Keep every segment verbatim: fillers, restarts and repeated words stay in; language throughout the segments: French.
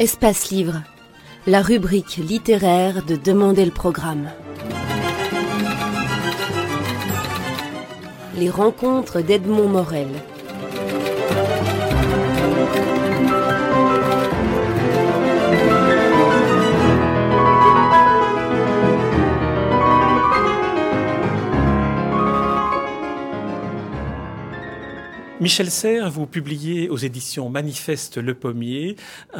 Espace Livre, la rubrique littéraire de Demander le programme. Les rencontres d'Edmond Morel. Michel Serres, vous publiez aux éditions Manifeste Le Pommier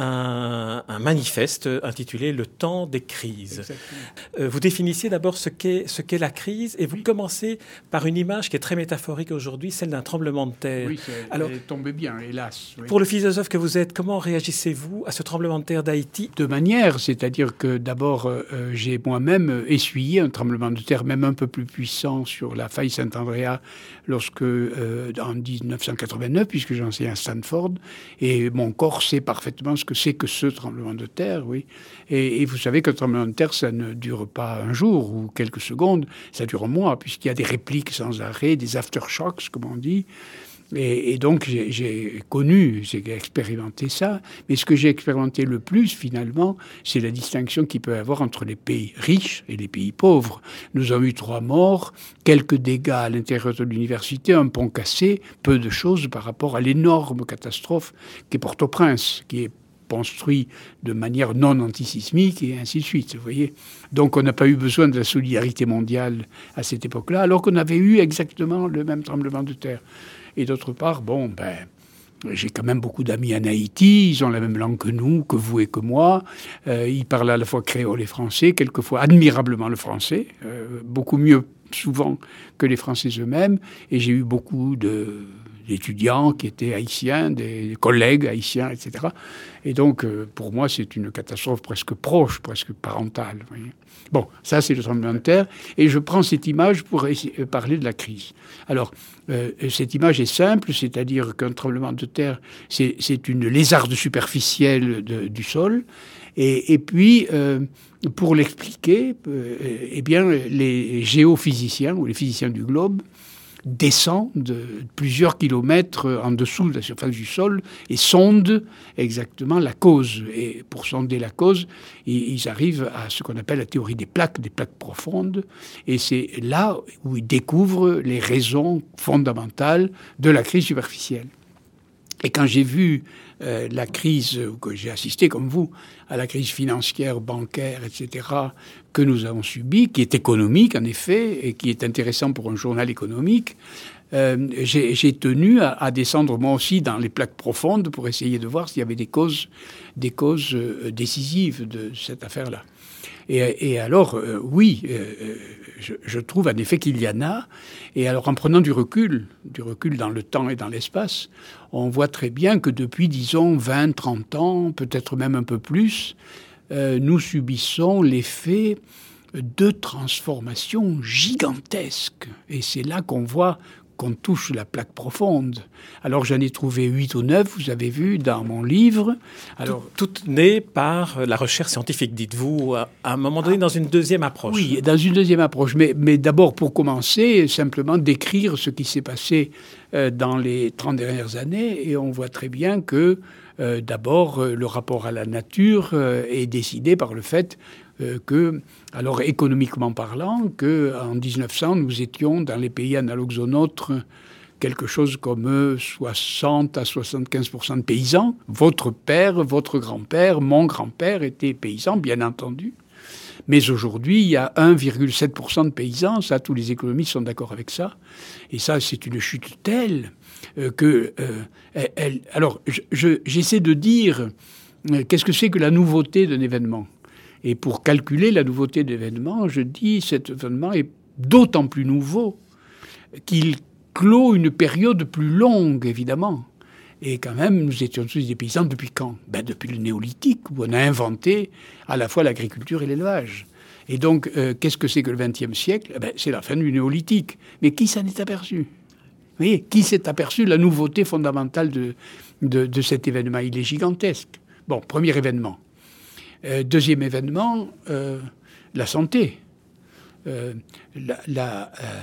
un, un manifeste intitulé « Le temps des crises ». Euh, vous définissez d'abord ce qu'est, ce qu'est la crise et vous oui. commencez par une image qui est très métaphorique aujourd'hui, celle d'un tremblement de terre. Oui, c'est, Alors, elle est tombée bien, hélas. Oui. Pour le philosophe que vous êtes, comment réagissez-vous à ce tremblement de terre d'Haïti ? De manière, c'est-à-dire que d'abord, euh, j'ai moi-même essuyé un tremblement de terre, même un peu plus puissant sur la faille Saint-Andrea, lorsque, euh, en dix-neuf cent quatre-vingt-neuf, puisque j'enseigne à Stanford, et mon corps sait parfaitement ce que c'est que ce tremblement de terre, oui. Et, et vous savez qu'un tremblement de terre, ça ne dure pas un jour ou quelques secondes, ça dure un mois, puisqu'il y a des répliques sans arrêt, des aftershocks, comme on dit. Et, et donc, j'ai, j'ai connu, j'ai expérimenté ça. Mais ce que j'ai expérimenté le plus, finalement, c'est la distinction qu'il peut y avoir entre les pays riches et les pays pauvres. Nous avons eu trois morts, quelques dégâts à l'intérieur de l'université, un pont cassé, peu de choses par rapport à l'énorme catastrophe qu'est Port-au-Prince, qui est construit de manière non antisismique et ainsi de suite, vous voyez. Donc on n'a pas eu besoin de la solidarité mondiale à cette époque-là, alors qu'on avait eu exactement le même tremblement de terre. Et d'autre part, bon, ben, j'ai quand même beaucoup d'amis en Haïti, ils ont la même langue que nous, que vous et que moi. Euh, ils parlent à la fois créole et français, quelquefois admirablement le français, euh, beaucoup mieux souvent que les Français eux-mêmes. Et j'ai eu beaucoup de... d'étudiants qui étaient haïtiens, des collègues haïtiens, et cetera. Et donc, euh, pour moi, c'est une catastrophe presque proche, presque parentale. Vous voyez. Bon, ça, c'est le tremblement de terre. Et je prends cette image pour essayer, parler de la crise. Alors, euh, cette image est simple, c'est-à-dire qu'un tremblement de terre, c'est, c'est une lézarde superficielle de, du sol. Et, et puis, euh, pour l'expliquer, euh, eh bien, les géophysiciens ou les physiciens du globe descendent plusieurs kilomètres en dessous de la surface du sol et sondent exactement la cause. Et pour sonder la cause, ils arrivent à ce qu'on appelle la théorie des plaques, des plaques profondes. Et c'est là où ils découvrent les raisons fondamentales de la crise superficielle. Et quand j'ai vu euh, la crise, que j'ai assisté comme vous, à la crise financière, bancaire, et cetera, que nous avons subie, qui est économique en effet, et qui est intéressant pour un journal économique, euh, j'ai, j'ai tenu à, à descendre moi aussi dans les plaques profondes pour essayer de voir s'il y avait des causes, des causes euh, décisives de cette affaire-là. Et, et alors, euh, oui, euh, je, je trouve en effet qu'il y en a. Et alors, en prenant du recul, du recul dans le temps et dans l'espace, on voit très bien que depuis, disons, vingt, trente ans, peut-être même un peu plus, euh, nous subissons l'effet de transformations gigantesques. Et c'est là qu'on voit qu'on touche la plaque profonde. Alors j'en ai trouvé huit ou neuf, vous avez vu, dans mon livre. Alors, tout, tout né par la recherche scientifique, dites-vous, à un moment donné, ah, dans une deuxième approche. Oui, dans une deuxième approche. Mais, mais d'abord, pour commencer, simplement décrire ce qui s'est passé euh, dans les trente dernières années. Et on voit très bien que, euh, d'abord, euh, le rapport à la nature euh, est décidé par le fait Euh, que, alors économiquement parlant, qu'en dix-neuf cents, nous étions dans les pays analogues aux nôtres quelque chose comme soixante à soixante-quinze pour cent de paysans. Votre père, votre grand-père, mon grand-père étaient paysans, bien entendu. Mais aujourd'hui, il y a un virgule sept pour cent de paysans. Ça, tous les économistes sont d'accord avec ça. Et ça, c'est une chute telle euh, que... Euh, elle, elle, alors, je, je, j'essaie de dire euh, qu'est-ce que c'est que la nouveauté d'un événement. Et pour calculer la nouveauté d'événement, je dis cet événement est d'autant plus nouveau qu'il clôt une période plus longue, évidemment. Et quand même, nous étions tous des paysans depuis quand ? Ben, depuis le néolithique, où on a inventé à la fois l'agriculture et l'élevage. Et donc, euh, qu'est-ce que c'est que le vingtième siècle ? Ben, c'est la fin du néolithique. Mais qui s'en est aperçu ? Vous voyez, qui s'est aperçu de la nouveauté fondamentale de, de, de cet événement ? Il est gigantesque. Bon, premier événement. Euh, deuxième événement, euh, la santé. Euh, la, la, euh,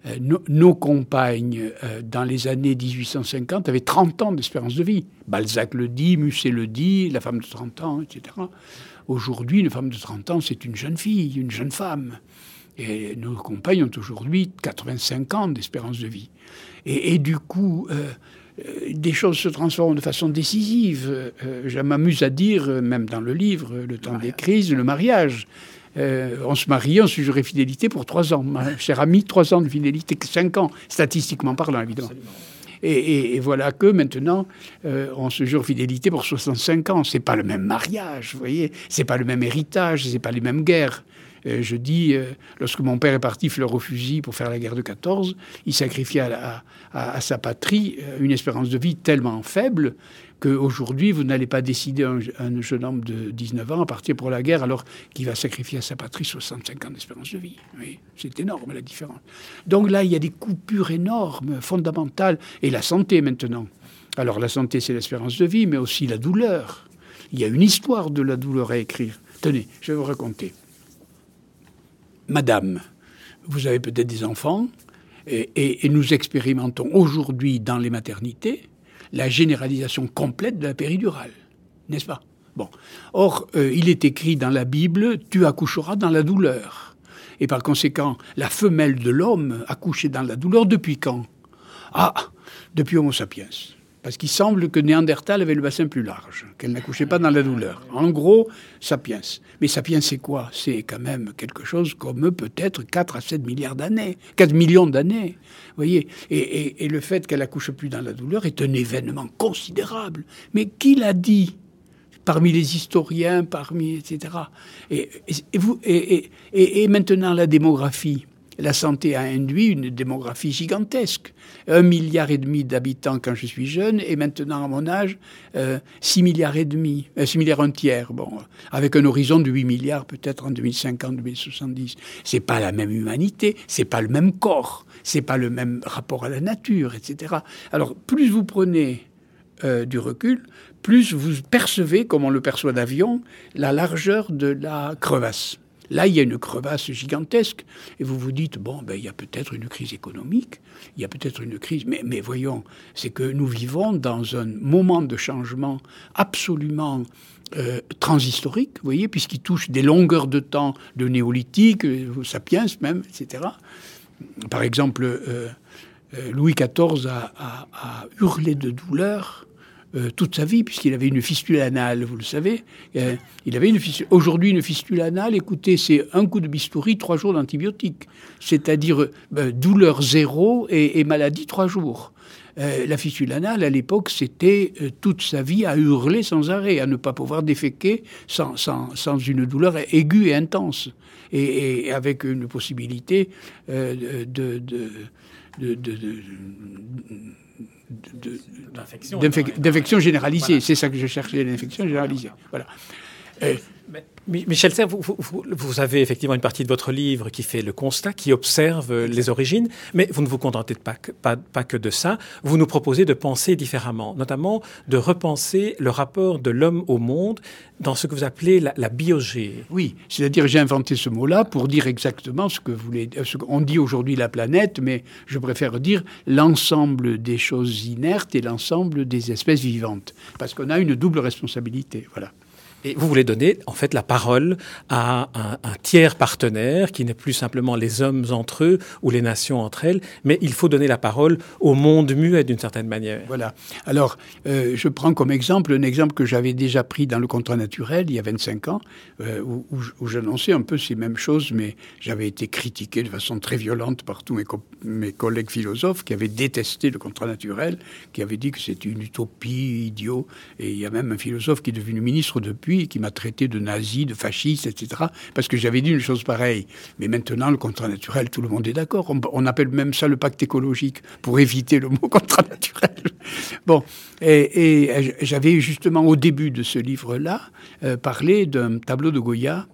Euh, no, nos compagnes, euh, dans les années dix-huit cent cinquante, avaient trente ans d'espérance de vie. Balzac le dit, Musset le dit, la femme de trente ans, et cetera. Aujourd'hui, une femme de trente ans, c'est une jeune fille, une jeune femme. Et nos compagnes ont aujourd'hui quatre-vingt-cinq ans d'espérance de vie. Et, et du coup, euh, euh, des choses se transforment de façon décisive. Euh, je m'amuse à dire, même dans le livre, Le temps des crises, le mariage. Euh, on se marie, on se jurait fidélité pour trois ans. Ma chère amie, trois ans de fidélité, cinq ans, statistiquement parlant, évidemment. Et, et, et voilà que maintenant, euh, on se jure fidélité pour soixante-cinq ans. C'est pas le même mariage, vous voyez. C'est pas le même héritage, c'est pas les mêmes guerres. Euh, je dis, euh, lorsque mon père est parti fleur au fusil pour faire la guerre de quatorze, il sacrifiait à, la, à, à sa patrie euh, une espérance de vie tellement faible qu'aujourd'hui, vous n'allez pas décider un, un jeune homme de dix-neuf ans à partir pour la guerre alors qu'il va sacrifier à sa patrie soixante-cinq ans d'espérance de vie. Oui, c'est énorme la différence. Donc là, il y a des coupures énormes, fondamentales. Et la santé maintenant. Alors la santé, c'est l'espérance de vie, mais aussi la douleur. Il y a une histoire de la douleur à écrire. Tenez, je vais vous raconter. Madame, vous avez peut-être des enfants, et, et, et nous expérimentons aujourd'hui dans les maternités la généralisation complète de la péridurale, n'est-ce pas? Bon. Or, euh, il est écrit dans la Bible, tu accoucheras dans la douleur. Et par conséquent, la femelle de l'homme accouchait dans la douleur depuis quand? Ah, depuis Homo sapiens. Parce qu'il semble que Néandertal avait le bassin plus large, qu'elle n'accouchait pas dans la douleur. En gros, sapiens. Mais sapiens, c'est quoi? C'est quand même quelque chose comme peut-être quatre à sept milliards d'années, quatre millions d'années. Vous voyez, et, et, et le fait qu'elle accouche plus dans la douleur est un événement considérable. Mais qui l'a dit? Parmi les historiens, parmi, et cetera. Et, et, vous, et, et, et maintenant, la démographie. La santé a induit une démographie gigantesque. Un milliard et demi d'habitants quand je suis jeune, et maintenant, à mon âge, euh, six milliards et demi, euh, six milliards un tiers, bon, avec un horizon de huit milliards peut-être en deux mille cinquante, deux mille soixante-dix. C'est pas la même humanité, c'est pas le même corps, c'est pas le même rapport à la nature, et cetera. Alors, plus vous prenez euh, du recul, plus vous percevez, comme on le perçoit d'avion, la largeur de la crevasse. Là, il y a une crevasse gigantesque. Et vous vous dites, bon, ben, il y a peut-être une crise économique, il y a peut-être une crise... Mais, mais voyons, c'est que nous vivons dans un moment de changement absolument euh, transhistorique, vous voyez, puisqu'il touche des longueurs de temps de néolithique, euh, sapiens même, et cetera. Par exemple, euh, euh, Louis quatorze a, a, a hurlé de douleur Euh, toute sa vie, puisqu'il avait une fistule anale, vous le savez. Euh, il avait une fistule. Aujourd'hui, une fistule anale, écoutez, c'est un coup de bistouri, trois jours d'antibiotiques. C'est-à-dire euh, douleur zéro et, et maladie trois jours. Euh, la fistule anale, à l'époque, c'était euh, toute sa vie à hurler sans arrêt, à ne pas pouvoir déféquer sans, sans, sans une douleur aiguë et intense. Et, et avec une possibilité euh, de... de, de, de, de, de De, d'infection, d'infection généralisée. Voilà. C'est ça que je cherchais, l'infection généralisée. Voilà. Euh, Mais, Michel Serres, vous, vous, vous avez effectivement une partie de votre livre qui fait le constat, qui observe exact. Les origines, mais vous ne vous contentez pas que, pas, pas que de ça. Vous nous proposez de penser différemment, notamment de repenser le rapport de l'homme au monde dans ce que vous appelez la, la biogée. Oui, c'est-à-dire j'ai inventé ce mot-là pour dire exactement ce que voulait, ce qu'on dit aujourd'hui la planète, mais je préfère dire l'ensemble des choses inertes et l'ensemble des espèces vivantes, parce qu'on a une double responsabilité. Voilà. Et vous voulez donner, en fait, la parole à un, un tiers partenaire qui n'est plus simplement les hommes entre eux ou les nations entre elles, mais il faut donner la parole au monde muet d'une certaine manière. Voilà. Alors, euh, je prends comme exemple un exemple que j'avais déjà pris dans le contrat naturel il y a vingt-cinq ans, euh, où, où, où j'annonçais un peu ces mêmes choses, mais j'avais été critiqué de façon très violente par tous mes, co- mes collègues philosophes qui avaient détesté le contrat naturel, qui avaient dit que c'était une utopie, idiot. Et il y a même un philosophe qui est devenu ministre depuis, qui m'a traité de nazi, de fasciste, et cetera, parce que j'avais dit une chose pareille. Mais maintenant, le contrat naturel, tout le monde est d'accord. On, on appelle même ça le pacte écologique, pour éviter le mot contrat naturel. Bon, et, et j'avais justement, au début de ce livre-là, euh, parlé d'un tableau de Goya,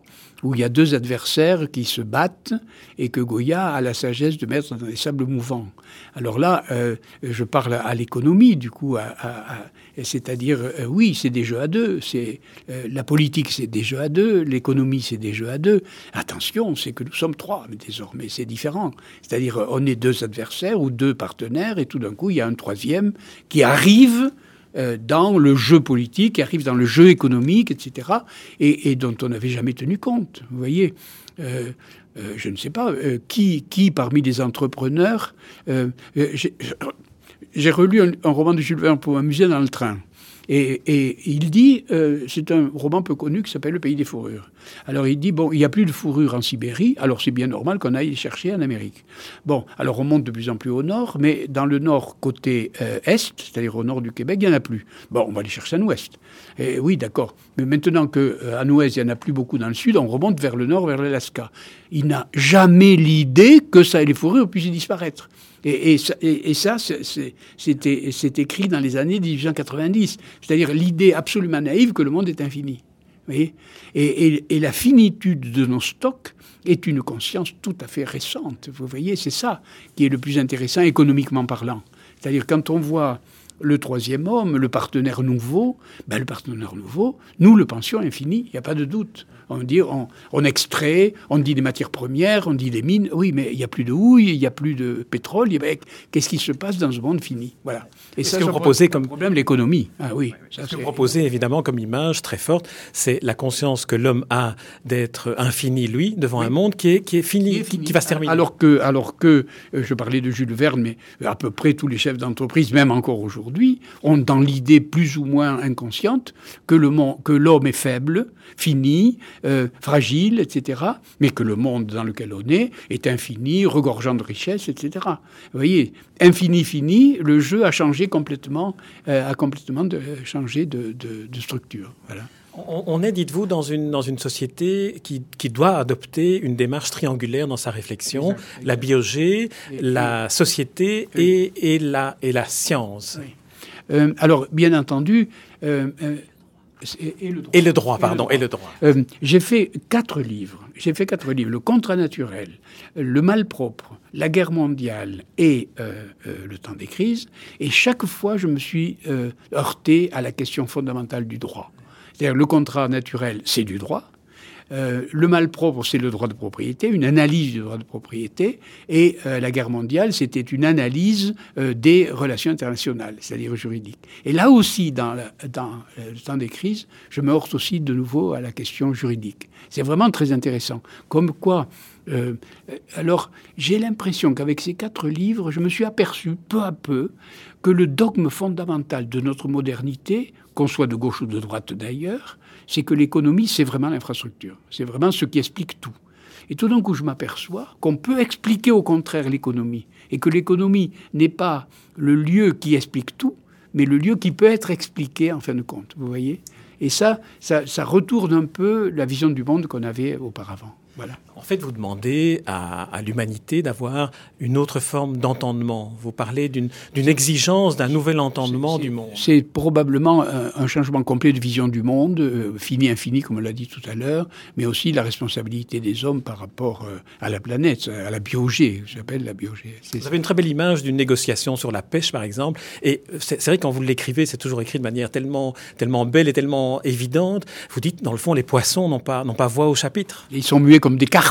où il y a deux adversaires qui se battent et que Goya a la sagesse de mettre dans des sables mouvants. Alors là, euh, je parle à l'économie, du coup, à, à, à, c'est-à-dire, euh, oui, c'est des jeux à deux. C'est, euh, la politique, c'est des jeux à deux. L'économie, c'est des jeux à deux. Attention, c'est que nous sommes trois, mais désormais, c'est différent. C'est-à-dire, on est deux adversaires ou deux partenaires, et tout d'un coup, il y a un troisième qui arrive euh, dans le jeu politique, qui arrive dans le jeu économique, et cetera, et, et dont on n'avait jamais tenu compte, vous voyez. Euh, euh, je ne sais pas, euh, qui, qui parmi les entrepreneurs... Euh, euh, j'ai, j'ai relu un, un roman de Jules Verne pour m'amuser dans le train. Et, et il dit, euh, c'est un roman peu connu qui s'appelle Le Pays des fourrures. Alors il dit, bon, il n'y a plus de fourrure en Sibérie, alors c'est bien normal qu'on aille les chercher en Amérique. Bon, alors on monte de plus en plus au nord, mais dans le nord côté euh, est, c'est-à-dire au nord du Québec, il n'y en a plus. Bon, on va les chercher en ouest. Et oui, d'accord. Mais maintenant qu'en euh, ouest, il n'y en a plus beaucoup dans le sud, on remonte vers le nord, vers l'Alaska. Il n'a jamais l'idée que ça et les fourrures puissent disparaître. Et, et, et, et ça, c'est, c'est, c'était, c'est écrit dans les années dix-huit cent quatre-vingt-dix. C'est-à-dire l'idée absolument naïve que le monde est infini. Vous voyez ? et, et, et la finitude de nos stocks est une conscience tout à fait récente. Vous voyez, c'est ça qui est le plus intéressant économiquement parlant. C'est-à-dire quand on voit le troisième homme, le partenaire nouveau, ben le partenaire nouveau, nous le pensions infini, il n'y a pas de doute. On dit, on, on extrait, on dit des matières premières, on dit des mines. Oui, mais il n'y a plus de houille, il n'y a plus de pétrole. Il y a, qu'est-ce qui se passe dans ce monde fini ? Voilà. Et ça, ce que vous proposez comme problème l'économie. Ah oui. Ça, ce que vous proposez évidemment comme image très forte, c'est la conscience que l'homme a d'être infini, lui, devant oui. un monde qui est qui est fini, qui, est fini. Qui, qui va se terminer. Alors que, alors que, euh, je parlais de Jules Verne, mais à peu près tous les chefs d'entreprise, même encore aujourd'hui, ont dans l'idée plus ou moins inconsciente que le monde, que l'homme est faible, fini. Euh, fragile, et cetera, mais que le monde dans lequel on est est infini, regorgeant de richesses, et cetera. Vous voyez, infini, fini, le jeu a changé complètement, euh, a complètement de, changé de, de, de structure. Voilà. On, on est, dites-vous, dans une, dans une société qui, qui doit adopter une démarche triangulaire dans sa réflexion, exact, exact. La biogé, et, la et, société oui. et, et, la, et la science. Oui. Euh, alors, bien entendu... Euh, euh, Et, et, le droit. et le droit, pardon, et le droit. Et le droit. Euh, j'ai fait quatre livres. J'ai fait quatre livres. Le contrat naturel, le malpropre, la guerre mondiale et euh, euh, le temps des crises. Et chaque fois, je me suis euh, heurté à la question fondamentale du droit. C'est-à-dire, le contrat naturel, c'est du droit. Euh, le malpropre, c'est le droit de propriété, une analyse du droit de propriété, et euh, la guerre mondiale, c'était une analyse euh, des relations internationales, c'est-à-dire juridiques. Et là aussi, dans, la, dans le temps des crises, je me heurte aussi de nouveau à la question juridique. C'est vraiment très intéressant. Comme quoi, euh, alors, j'ai l'impression qu'avec ces quatre livres, je me suis aperçu peu à peu que le dogme fondamental de notre modernité, qu'on soit de gauche ou de droite d'ailleurs, c'est que l'économie, c'est vraiment l'infrastructure. C'est vraiment ce qui explique tout. Et tout d'un coup, je m'aperçois qu'on peut expliquer au contraire l'économie. Et que l'économie n'est pas le lieu qui explique tout, mais le lieu qui peut être expliqué en fin de compte. Vous voyez ? Et ça, ça, ça retourne un peu la vision du monde qu'on avait auparavant. Voilà. En fait, vous demandez à, à l'humanité d'avoir une autre forme d'entendement. Vous parlez d'une, d'une exigence d'un nouvel entendement c'est, c'est, du monde. C'est probablement un, un changement complet de vision du monde, euh, fini, infini, comme on l'a dit tout à l'heure, mais aussi la responsabilité des hommes par rapport euh, à la planète, à la biogé, j'appelle la biogé. C'est vous ça. Avez une très belle image d'une négociation sur la pêche, par exemple. Et c'est, c'est vrai, quand vous l'écrivez, c'est toujours écrit de manière tellement, tellement belle et tellement évidente. Vous dites, dans le fond, les poissons n'ont pas, n'ont pas voix au chapitre. Ils sont muets comme des carpes.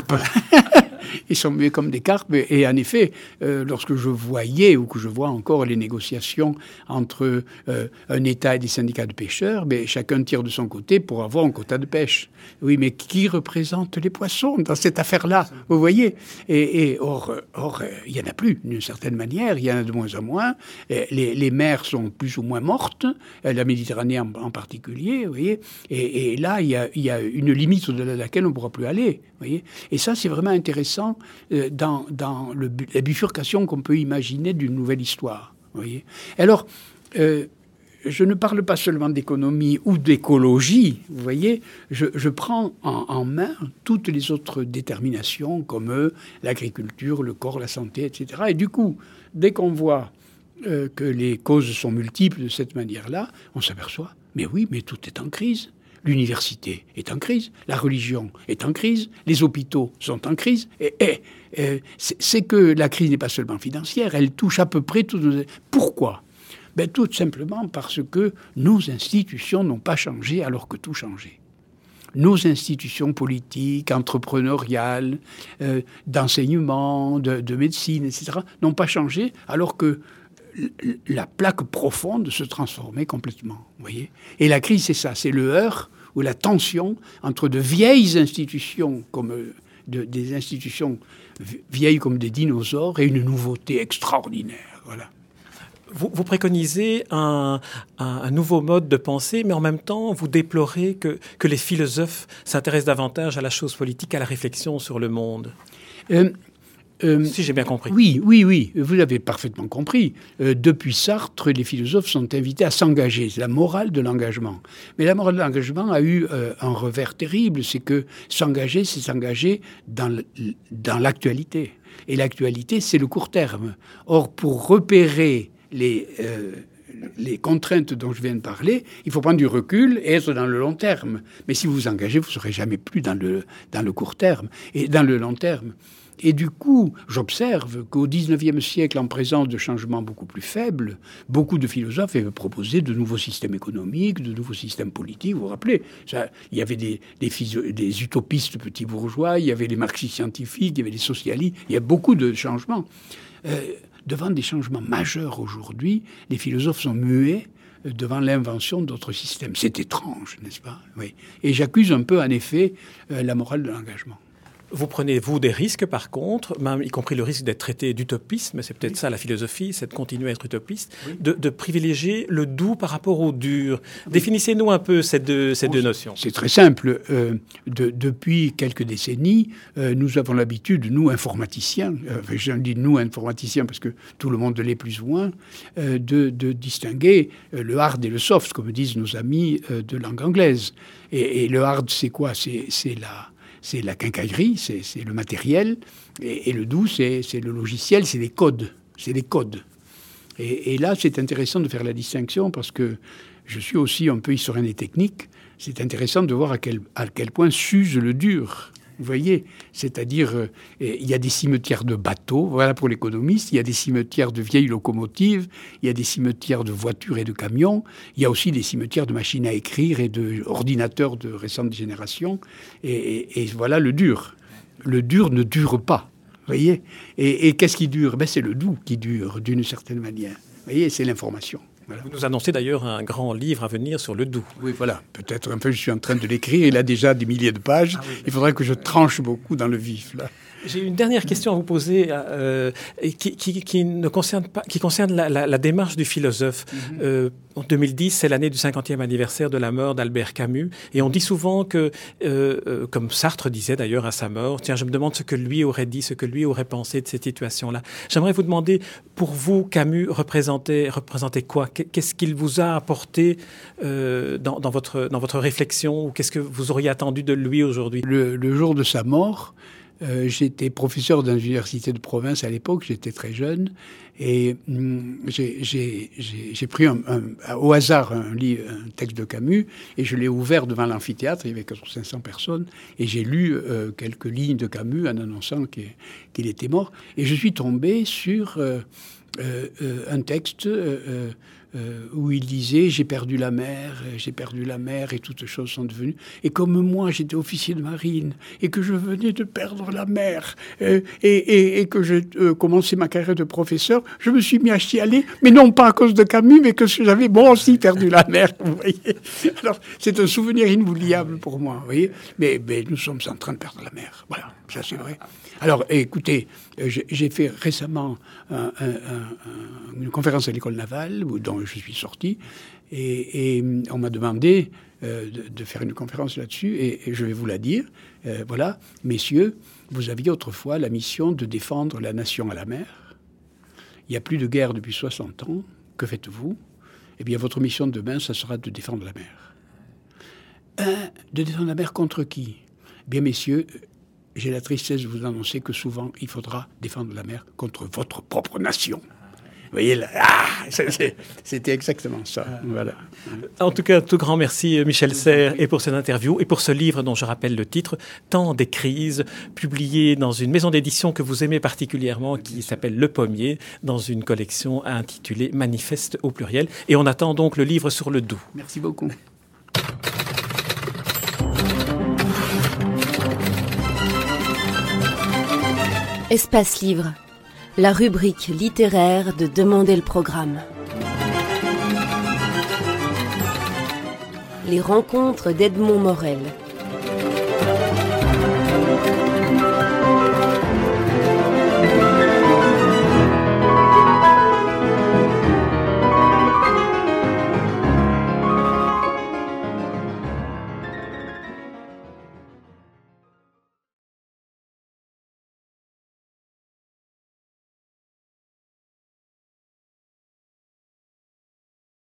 Ils sont muets comme des carpes. Et en effet, euh, lorsque je voyais ou que je vois encore les négociations entre euh, un État et des syndicats de pêcheurs, ben, chacun tire de son côté pour avoir un quota de pêche. Oui, mais qui représente les poissons dans cette affaire-là ? Vous voyez ? Et, et or, or, il n'y en a plus, d'une certaine manière. Il y en a de moins en moins. Les, les mers sont plus ou moins mortes, la Méditerranée en, en particulier. Vous voyez ? Et, et là, il y, a, il y a une limite au-delà de laquelle on ne pourra plus aller. Vous voyez ? Et ça, c'est vraiment intéressant euh, dans, dans le, la bifurcation qu'on peut imaginer d'une nouvelle histoire. Vous voyez ? Alors, euh, je ne parle pas seulement d'économie ou d'écologie, vous voyez, je, je prends en, en main toutes les autres déterminations comme euh, l'agriculture, le corps, la santé, et cetera. Et du coup, dès qu'on voit euh, que les causes sont multiples de cette manière-là, on s'aperçoit, mais oui, mais tout est en crise. l'université est en crise, la religion est en crise, les hôpitaux sont en crise. Et, et, et c'est que la crise n'est pas seulement financière, elle touche à peu près tous nos... Pourquoi ? Ben, tout simplement parce que nos institutions n'ont pas changé alors que tout changeait. Nos institutions politiques, entrepreneuriales, euh, d'enseignement, de, de médecine, et cetera, n'ont pas changé alors que la plaque profonde se transformait complètement. Vous voyez ? Et la crise, c'est ça, c'est le heurt ou la tension entre de vieilles institutions, comme de, des institutions vieilles comme des dinosaures, et une nouveauté extraordinaire. Voilà. Vous, vous préconisez un, un, un nouveau mode de pensée, mais en même temps, vous déplorez que, que les philosophes s'intéressent davantage à la chose politique, à la réflexion sur le monde. Euh, euh, si j'ai bien compris. Oui, oui, oui, vous avez parfaitement compris. Euh, depuis Sartre, les philosophes sont invités à s'engager. C'est la morale de l'engagement. Mais la morale de l'engagement a eu euh, un revers terrible, c'est que s'engager, c'est s'engager dans, le, dans l'actualité. Et l'actualité, c'est le court terme. Or, pour repérer Les, euh, les contraintes dont je viens de parler, il faut prendre du recul et être dans le long terme. Mais si vous vous engagez, vous ne serez jamais plus dans le, dans le court terme et dans le long terme. Et du coup, j'observe qu'au dix-neuvième siècle, en présence de changements beaucoup plus faibles, beaucoup de philosophes avaient proposé de nouveaux systèmes économiques, de nouveaux systèmes politiques. Vous vous rappelez, ça, il y avait des, des, physio- des utopistes petits bourgeois, il y avait les marxistes scientifiques, il y avait les socialistes, il y a beaucoup de changements. Euh, Devant des changements majeurs aujourd'hui, les philosophes sont muets devant l'invention d'autres systèmes. C'est étrange, n'est-ce pas ? Oui. Et j'accuse un peu, en effet, euh, la morale de l'engagement. Vous prenez, vous, des risques, par contre, même y compris le risque d'être traité d'utopiste, mais c'est peut-être oui. ça la philosophie, c'est de continuer à être utopiste, oui. de, de privilégier le doux par rapport au dur. Oui. Définissez-nous un peu ces deux, ces bon, deux notions. C'est très simple. Euh, de, depuis quelques décennies, euh, nous avons l'habitude, nous, informaticiens, euh, je dis nous, informaticiens, parce que tout le monde l'est plus ou moins, euh, de, de distinguer euh, le hard et le soft, comme disent nos amis euh, de langue anglaise. Et, et le hard, c'est quoi ? C'est, c'est la... C'est la quincaillerie, c'est, c'est le matériel, et, et le doux, c'est, c'est le logiciel, c'est les codes. C'est les codes. Et, et là, c'est intéressant de faire la distinction parce que je suis aussi un peu historien des techniques. C'est intéressant de voir à quel, à quel point s'use le dur. Vous voyez, c'est-à-dire, euh, il y a des cimetières de bateaux, voilà pour l'économiste, il y a des cimetières de vieilles locomotives, il y a des cimetières de voitures et de camions, il y a aussi des cimetières de machines à écrire et d'ordinateurs de récente génération, et, et, et voilà le dur. Le dur ne dure pas, vous voyez. Et, et qu'est-ce qui dure ? Ben, c'est le doux qui dure, d'une certaine manière. Vous voyez, c'est l'information. Voilà. Vous nous annoncez d'ailleurs un grand livre à venir sur le doux. Oui, voilà. Peut-être un peu, je suis en train de l'écrire. Il a déjà des milliers de pages. Ah, oui, il faudrait que je tranche beaucoup dans le vif, là. J'ai une dernière question à vous poser euh, qui, qui, qui ne concerne pas, qui concerne la, la, la démarche du philosophe. Mm-hmm. Euh, en deux mille dix, c'est l'année du cinquantième anniversaire de la mort d'Albert Camus, et on dit souvent que, euh, euh, comme Sartre disait d'ailleurs à sa mort, tiens, je me demande ce que lui aurait dit, ce que lui aurait pensé de cette situation-là. J'aimerais vous demander, pour vous, Camus représentait, représentait quoi ? Qu'est-ce qu'il vous a apporté euh, dans, dans votre dans votre réflexion, ou qu'est-ce que vous auriez attendu de lui aujourd'hui ? Le, le jour de sa mort. Euh, j'étais professeur dans une université de province à l'époque, j'étais très jeune, et hum, j'ai, j'ai, j'ai, j'ai pris un, un, au hasard un, livre, un texte de Camus, et je l'ai ouvert devant l'amphithéâtre, il y avait quatre cents ou cinq cents personnes, et j'ai lu euh, quelques lignes de Camus en annonçant qu'il, qu'il était mort, et je suis tombé sur euh, euh, euh, un texte euh, euh, où il disait « J'ai perdu la mer, j'ai perdu la mer, et toutes choses sont devenues... » Et comme moi, j'étais officier de marine, et que je venais de perdre la mer, euh, et, et, et que j'ai euh, commencé ma carrière de professeur, je me suis mis à chialer, mais non pas à cause de Camus, mais que j'avais moi aussi perdu la mer, vous voyez. Alors, c'est un souvenir inoubliable pour moi, vous voyez. Mais, mais nous sommes en train de perdre la mer, voilà, ça c'est vrai. Alors, écoutez, j'ai, j'ai fait récemment un, un, un, une conférence à l'école navale, dont je suis sorti, et, et on m'a demandé euh, de, de faire une conférence là-dessus, et, et je vais vous la dire. Euh, voilà, messieurs, vous aviez autrefois la mission de défendre la nation à la mer. Il n'y a plus de guerre depuis soixante ans. Que faites-vous ? Eh bien, votre mission de demain, ça sera de défendre la mer. Un, de défendre la mer contre qui ? Eh bien, messieurs, j'ai la tristesse de vous annoncer que souvent, il faudra défendre la mer contre votre propre nation. voyez là, ah, c'était exactement ça. Voilà. En tout cas, tout grand merci Michel Serres et pour cette interview et pour ce livre dont je rappelle le titre, Temps des crises, publié dans une maison d'édition que vous aimez particulièrement qui s'appelle Le Pommier, dans une collection intitulée Manifeste au pluriel. Et on attend donc le livre sur le Doubs. Merci beaucoup. Espace Livre, la rubrique littéraire de Demander le programme. Les rencontres d'Edmond Morel.